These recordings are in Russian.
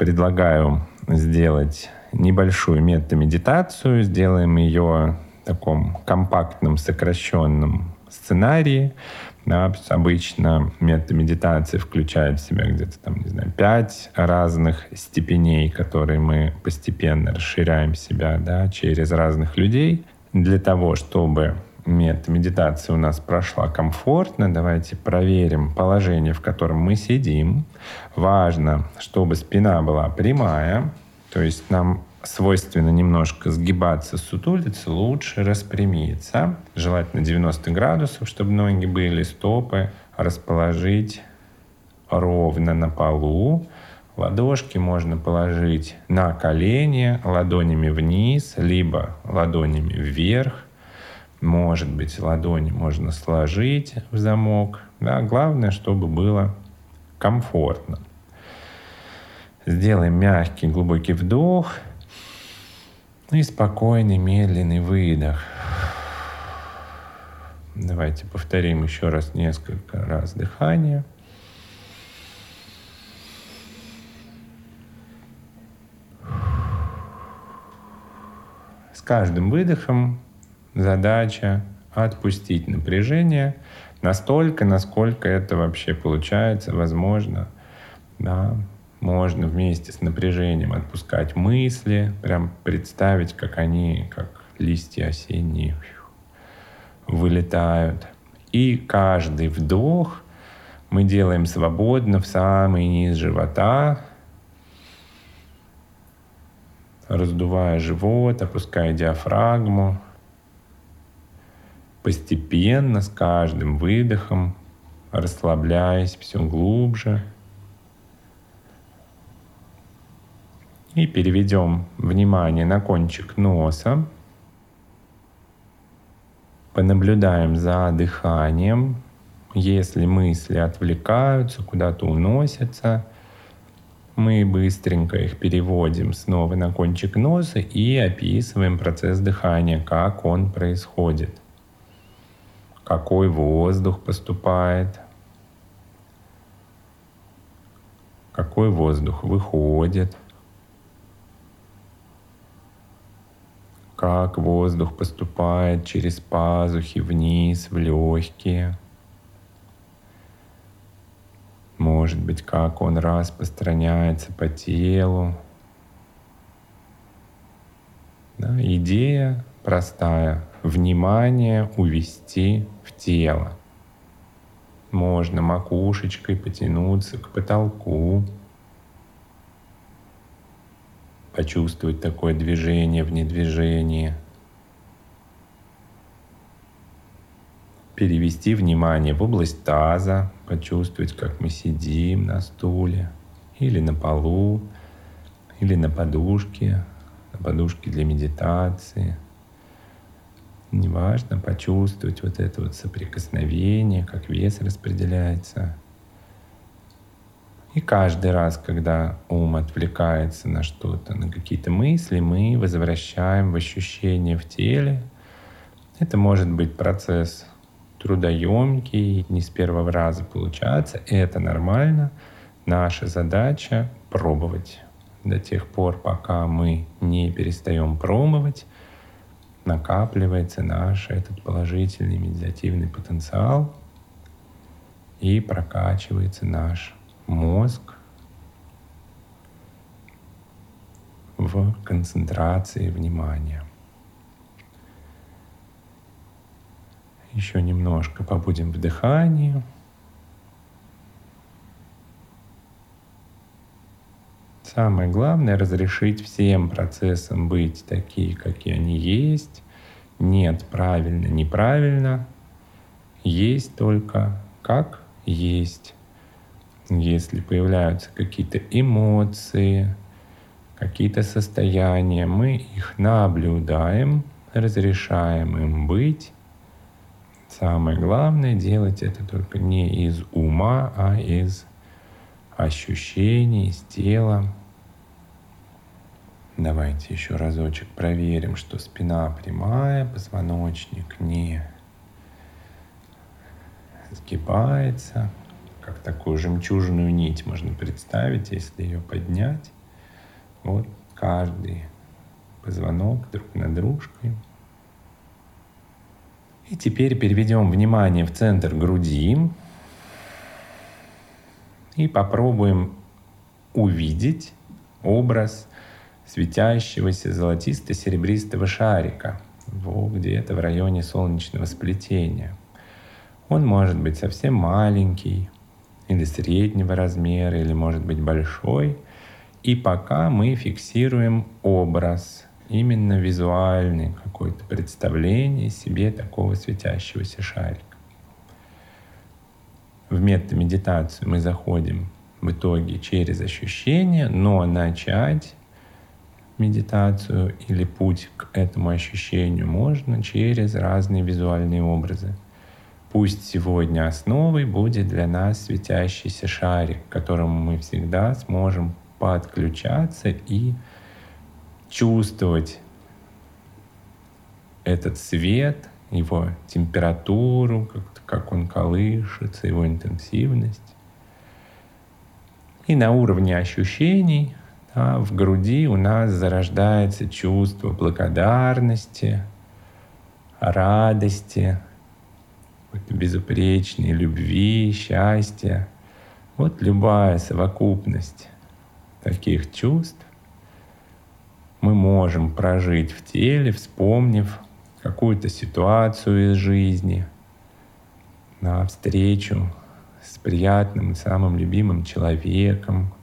предлагаю сделать небольшую метамедитацию. Сделаем ее в таком компактном, сокращенном сценарии. Да, обычно метамедитация включает в себя где-то 5 разных степеней, которые мы постепенно расширяем себя, да, через разных людей. Для того, чтобы медитация у нас прошла комфортно, давайте проверим положение, в котором мы сидим. Важно, чтобы спина была прямая, то есть нам свойственно немножко сгибаться, сутулиться, лучше распрямиться. Желательно 90 градусов, чтобы ноги были, стопы расположить ровно на полу. Ладошки можно положить на колени, ладонями вниз, либо ладонями вверх. Может быть, ладони можно сложить в замок. Да, главное, чтобы было комфортно. Сделаем мягкий глубокий вдох и спокойный медленный выдох. Давайте повторим еще раз несколько раз дыхание. С каждым выдохом задача отпустить напряжение настолько, насколько это вообще получается, возможно. Да. Можно вместе с напряжением отпускать мысли, прям представить, как они, как листья осенние, вылетают. И каждый вдох мы делаем свободно в самый низ живота, раздувая живот, опуская диафрагму. Постепенно, с каждым выдохом, расслабляясь все глубже. И переведем внимание на кончик носа. Понаблюдаем за дыханием. Если мысли отвлекаются, куда-то уносятся, мы быстренько их переводим снова на кончик носа и описываем процесс дыхания, как он происходит. Какой воздух поступает, какой воздух выходит, как воздух поступает через пазухи вниз в легкие. Может быть, как он распространяется по телу. Да, идея простая. Внимание увести в тело. Можно макушечкой потянуться к потолку. Почувствовать такое движение в недвижении. Перевести внимание в область таза. Почувствовать, как мы сидим на стуле или на полу, или на подушке для медитации. Неважно, почувствовать вот это вот соприкосновение, как вес распределяется. И каждый раз, когда ум отвлекается на что-то, на какие-то мысли, мы возвращаем в ощущение в теле. Это может быть процесс трудоемкий, не с первого раза получается. Это нормально. Наша задача — пробовать. До тех пор, пока мы не перестаем пробовать, накапливается наш этот положительный медитативный потенциал и прокачивается наш мозг в концентрации внимания. Еще немножко побудем в дыхании. Самое главное — разрешить всем процессам быть такие, какие они есть. Нет правильно, неправильно. Есть только как есть. Если появляются какие-то эмоции, какие-то состояния, мы их наблюдаем, разрешаем им быть. Самое главное — делать это только не из ума, а из ощущений, из тела. Давайте еще разочек проверим, что спина прямая, позвоночник не сгибается. Как такую жемчужную нить можно представить, если ее поднять. Вот каждый позвонок друг над дружкой. И теперь переведем внимание в центр груди и попробуем увидеть образ светящегося золотисто-серебристого шарика где-то в районе солнечного сплетения. Он может быть совсем маленький, или среднего размера, или может быть большой. И пока мы фиксируем образ, именно визуальный какое-то представление себе такого светящегося шарика. В метамедитацию мы заходим в итоге через ощущение, но начать медитацию или путь к этому ощущению можно через разные визуальные образы. Пусть сегодня основой будет для нас светящийся шарик, к которому мы всегда сможем подключаться и чувствовать этот свет, его температуру, как он колышется, его интенсивность. И на уровне ощущений в груди у нас зарождается чувство благодарности, радости, безупречной любви, счастья. Вот любая совокупность таких чувств мы можем прожить в теле, вспомнив какую-то ситуацию из жизни, на встречу с приятным и самым любимым человеком,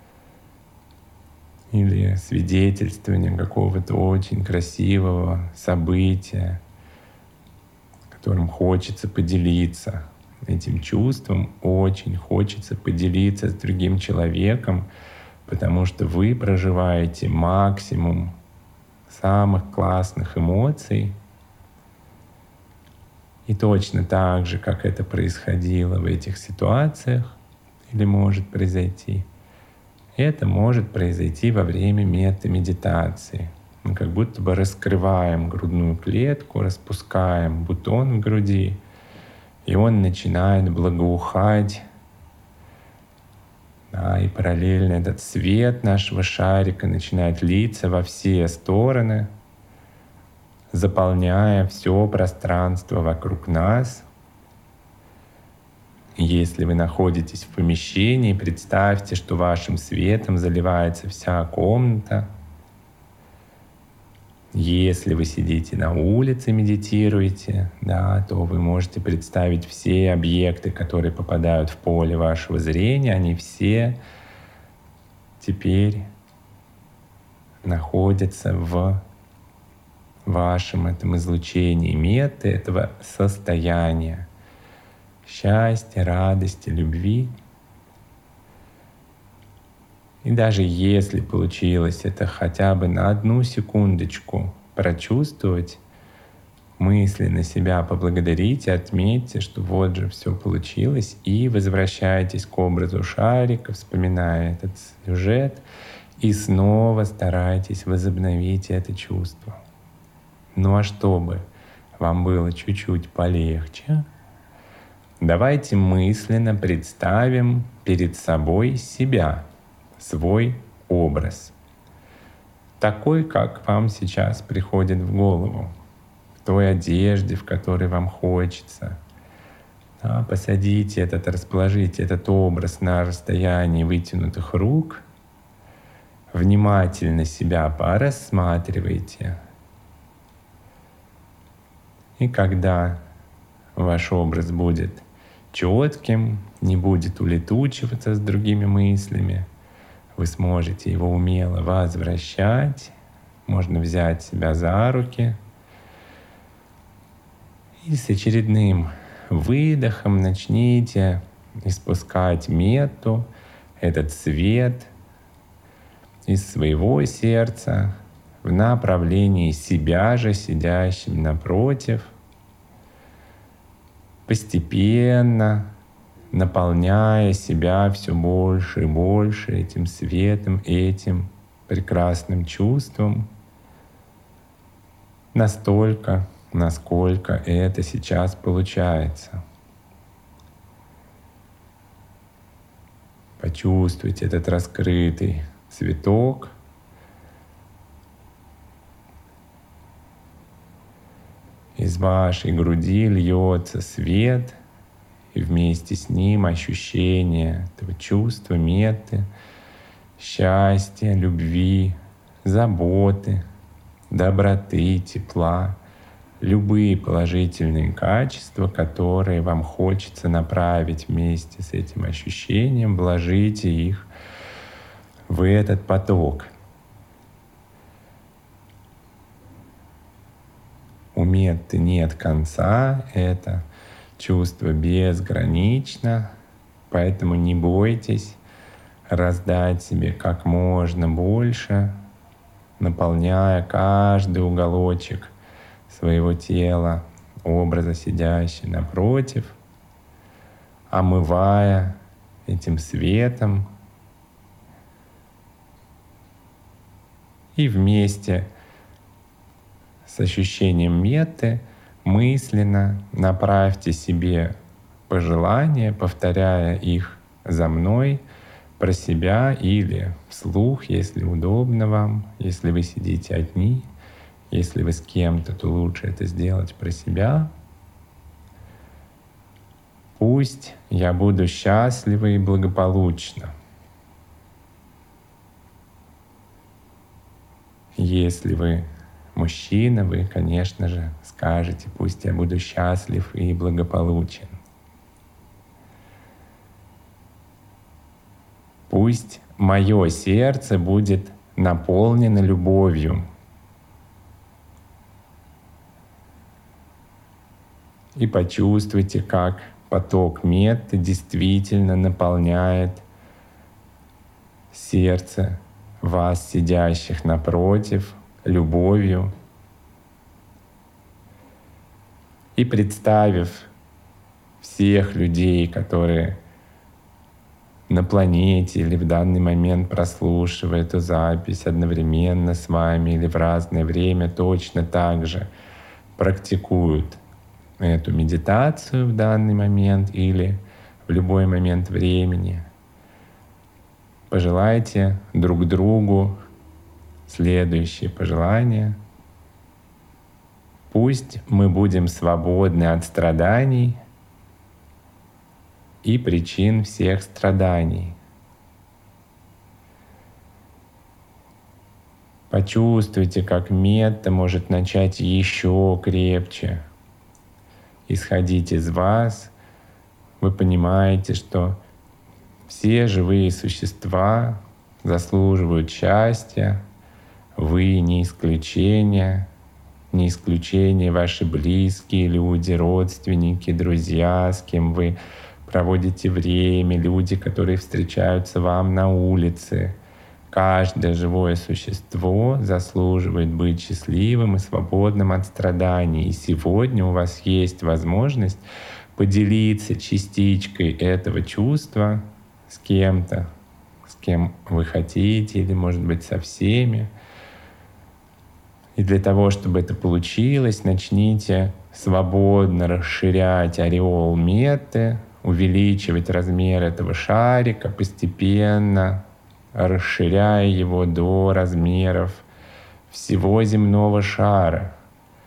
или свидетельствование какого-то очень красивого события, которым хочется поделиться. Этим чувством очень хочется поделиться с другим человеком, потому что вы проживаете максимум самых классных эмоций. И точно так же, как это происходило в этих ситуациях, или может произойти, это может произойти во время метамедитации. Мы как будто бы раскрываем грудную клетку, распускаем бутон в груди, и он начинает благоухать. И параллельно этот свет нашего шарика начинает литься во все стороны, заполняя все пространство вокруг нас. Если вы находитесь в помещении, представьте, что вашим светом заливается вся комната. Если вы сидите на улице, медитируете, то вы можете представить все объекты, которые попадают в поле вашего зрения, они все теперь находятся в вашем этом излучении меты, этого состояния счастья, радости, любви. И даже если получилось это хотя бы на одну секундочку прочувствовать, мысленно себя поблагодарите, отметьте, что вот же все получилось, и возвращайтесь к образу шарика, вспоминая этот сюжет, и снова старайтесь возобновить это чувство. Ну а чтобы вам было чуть-чуть полегче, давайте мысленно представим перед собой себя, свой образ, такой, как вам сейчас приходит в голову, в той одежде, в которой вам хочется. Посадите расположите этот образ на расстоянии вытянутых рук, внимательно себя порассматривайте. И когда ваш образ будет четким, не будет улетучиваться с другими мыслями, вы сможете его умело возвращать. Можно взять себя за руки и с очередным выдохом начните испускать мету, этот свет из своего сердца в направлении себя же, сидящим напротив, постепенно наполняя себя все больше и больше этим светом, этим прекрасным чувством, настолько, насколько это сейчас получается. Почувствуйте этот раскрытый цветок, из вашей груди льется свет, и вместе с ним ощущение этого чувства метты, счастья, любви, заботы, доброты, тепла, любые положительные качества, которые вам хочется направить вместе с этим ощущением, вложите их в этот поток. У метты нет конца, это чувство безгранично, поэтому не бойтесь раздать себе как можно больше, наполняя каждый уголочек своего тела, образа сидящий напротив, омывая этим светом. И вместе с ощущением метты мысленно направьте себе пожелания, повторяя их за мной, про себя или вслух, если удобно вам, если вы сидите одни. Если вы с кем-то, то лучше это сделать про себя. Пусть я буду счастлива и благополучна. Если вы мужчина, вы, конечно же, скажете: пусть я буду счастлив и благополучен. Пусть мое сердце будет наполнено любовью. И почувствуйте, как поток метты действительно наполняет сердце вас, сидящих напротив, любовью. И представив всех людей, которые на планете или в данный момент прослушивают эту запись одновременно с вами или в разное время, точно так же практикуют эту медитацию в данный момент или в любой момент времени. Пожелайте друг другу следующие пожелания. Пусть мы будем свободны от страданий и причин всех страданий. Почувствуйте, как метта может начать еще крепче исходить из вас. Вы понимаете, что все живые существа заслуживают счастья. Вы не исключение. Не исключение ваши близкие люди, родственники, друзья, с кем вы проводите время, люди, которые встречаются вам на улице. Каждое живое существо заслуживает быть счастливым и свободным от страданий. И сегодня у вас есть возможность поделиться частичкой этого чувства с кем-то, с кем вы хотите, или, может быть, со всеми. И для того, чтобы это получилось, начните свободно расширять ореол метты, увеличивать размер этого шарика постепенно, расширяя его до размеров всего земного шара.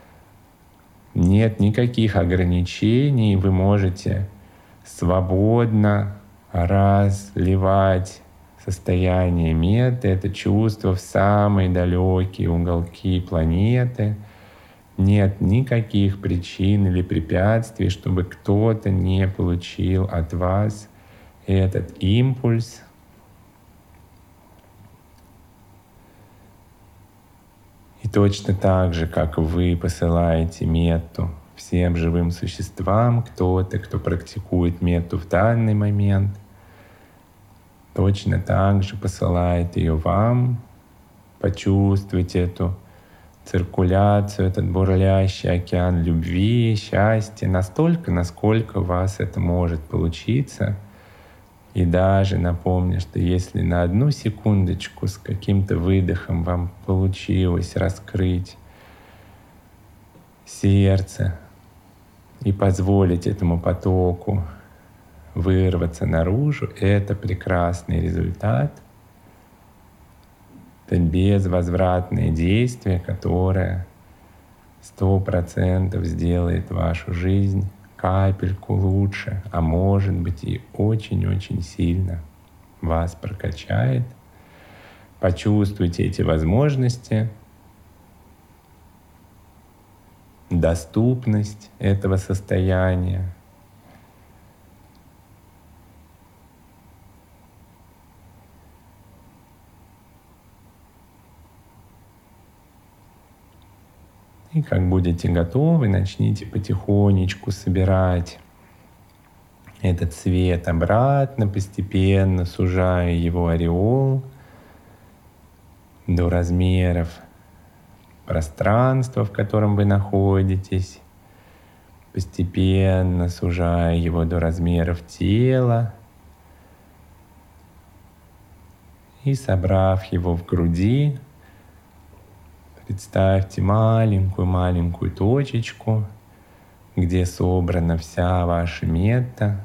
Нет никаких ограничений, вы можете свободно разливать состояние метты, это чувство в самые далекие уголки планеты. Нет никаких причин или препятствий, чтобы кто-то не получил от вас этот импульс. И точно так же, как вы посылаете метту всем живым существам, кто-то, кто практикует метту в данный момент, точно так же посылает ее вам. Почувствуйте эту циркуляцию, этот бурлящий океан любви, счастья, настолько, насколько у вас это может получиться. И даже напомню, что если на одну секундочку с каким-то выдохом вам получилось раскрыть сердце и позволить этому потоку вырваться наружу, это прекрасный результат. Это безвозвратное действие, которое 100% сделает вашу жизнь капельку лучше, а может быть и очень-очень сильно вас прокачает. Почувствуйте эти возможности, доступность этого состояния. И как будете готовы, начните потихонечку собирать этот свет обратно, постепенно сужая его ореол до размеров пространства, в котором вы находитесь, постепенно сужая его до размеров тела и собрав его в груди, представьте маленькую-маленькую точечку, где собрана вся ваша метта.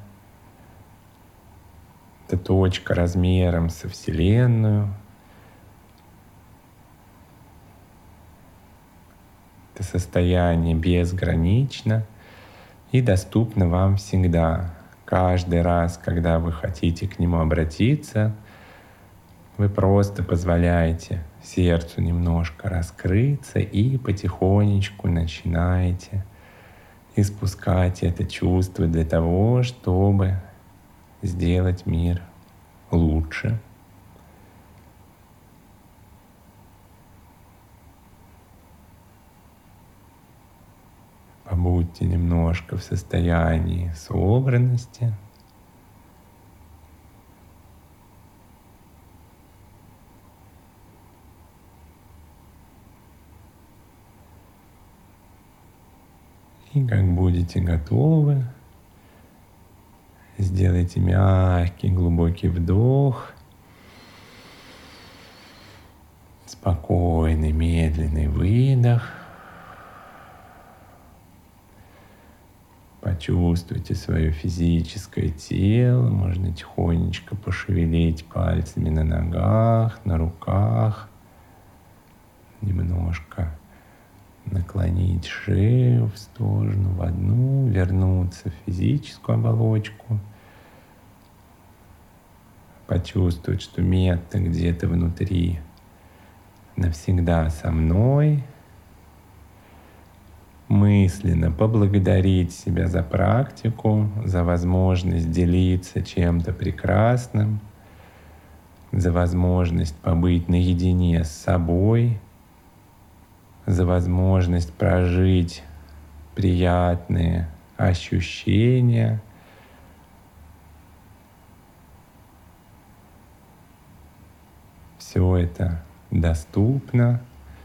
Это точка размером со Вселенную. Это состояние безгранично и доступно вам всегда. Каждый раз, когда вы хотите к нему обратиться, вы просто позволяете сердцу немножко раскрыться и потихонечку начинаете испускать это чувство для того, чтобы сделать мир лучше. Побудьте немножко в состоянии собранности. И как будете готовы, сделайте мягкий глубокий вдох, спокойный медленный выдох. Почувствуйте свое физическое тело, можно тихонечко пошевелить пальцами на ногах, на руках, немножко наклонить шею в сторону, в одну, вернуться в физическую оболочку, почувствовать, что метта где-то внутри навсегда со мной, мысленно поблагодарить себя за практику, за возможность делиться чем-то прекрасным, за возможность побыть наедине с собой, за возможность прожить приятные ощущения. Все это доступно.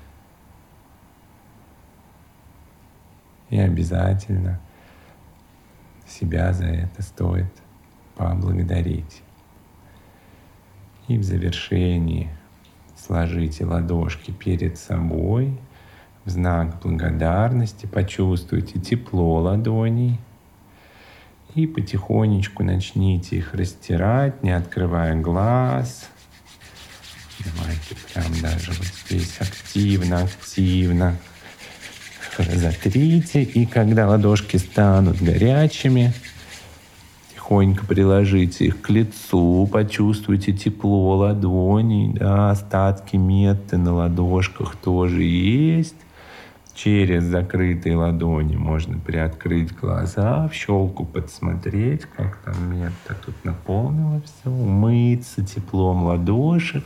И обязательно себя за это стоит поблагодарить. И в завершении сложите ладошки перед собой в знак благодарности, почувствуйте тепло ладоней и потихонечку начните их растирать, не открывая глаз. Давайте прям даже вот здесь активно затрите. И когда ладошки станут горячими, тихонько приложите их к лицу, почувствуйте тепло ладоней, да, остатки метты на ладошках тоже есть. Через закрытые ладони можно приоткрыть глаза, в щелку подсмотреть, как там метта тут наполнила все, умыться теплом ладошек.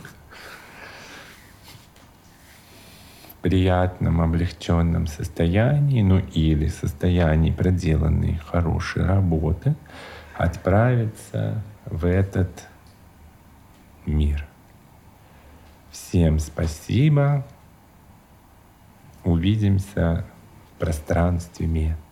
В приятном, облегченном состоянии, ну или состоянии проделанной хорошей работы, отправиться в этот мир. Всем спасибо. Увидимся в пространстве метты.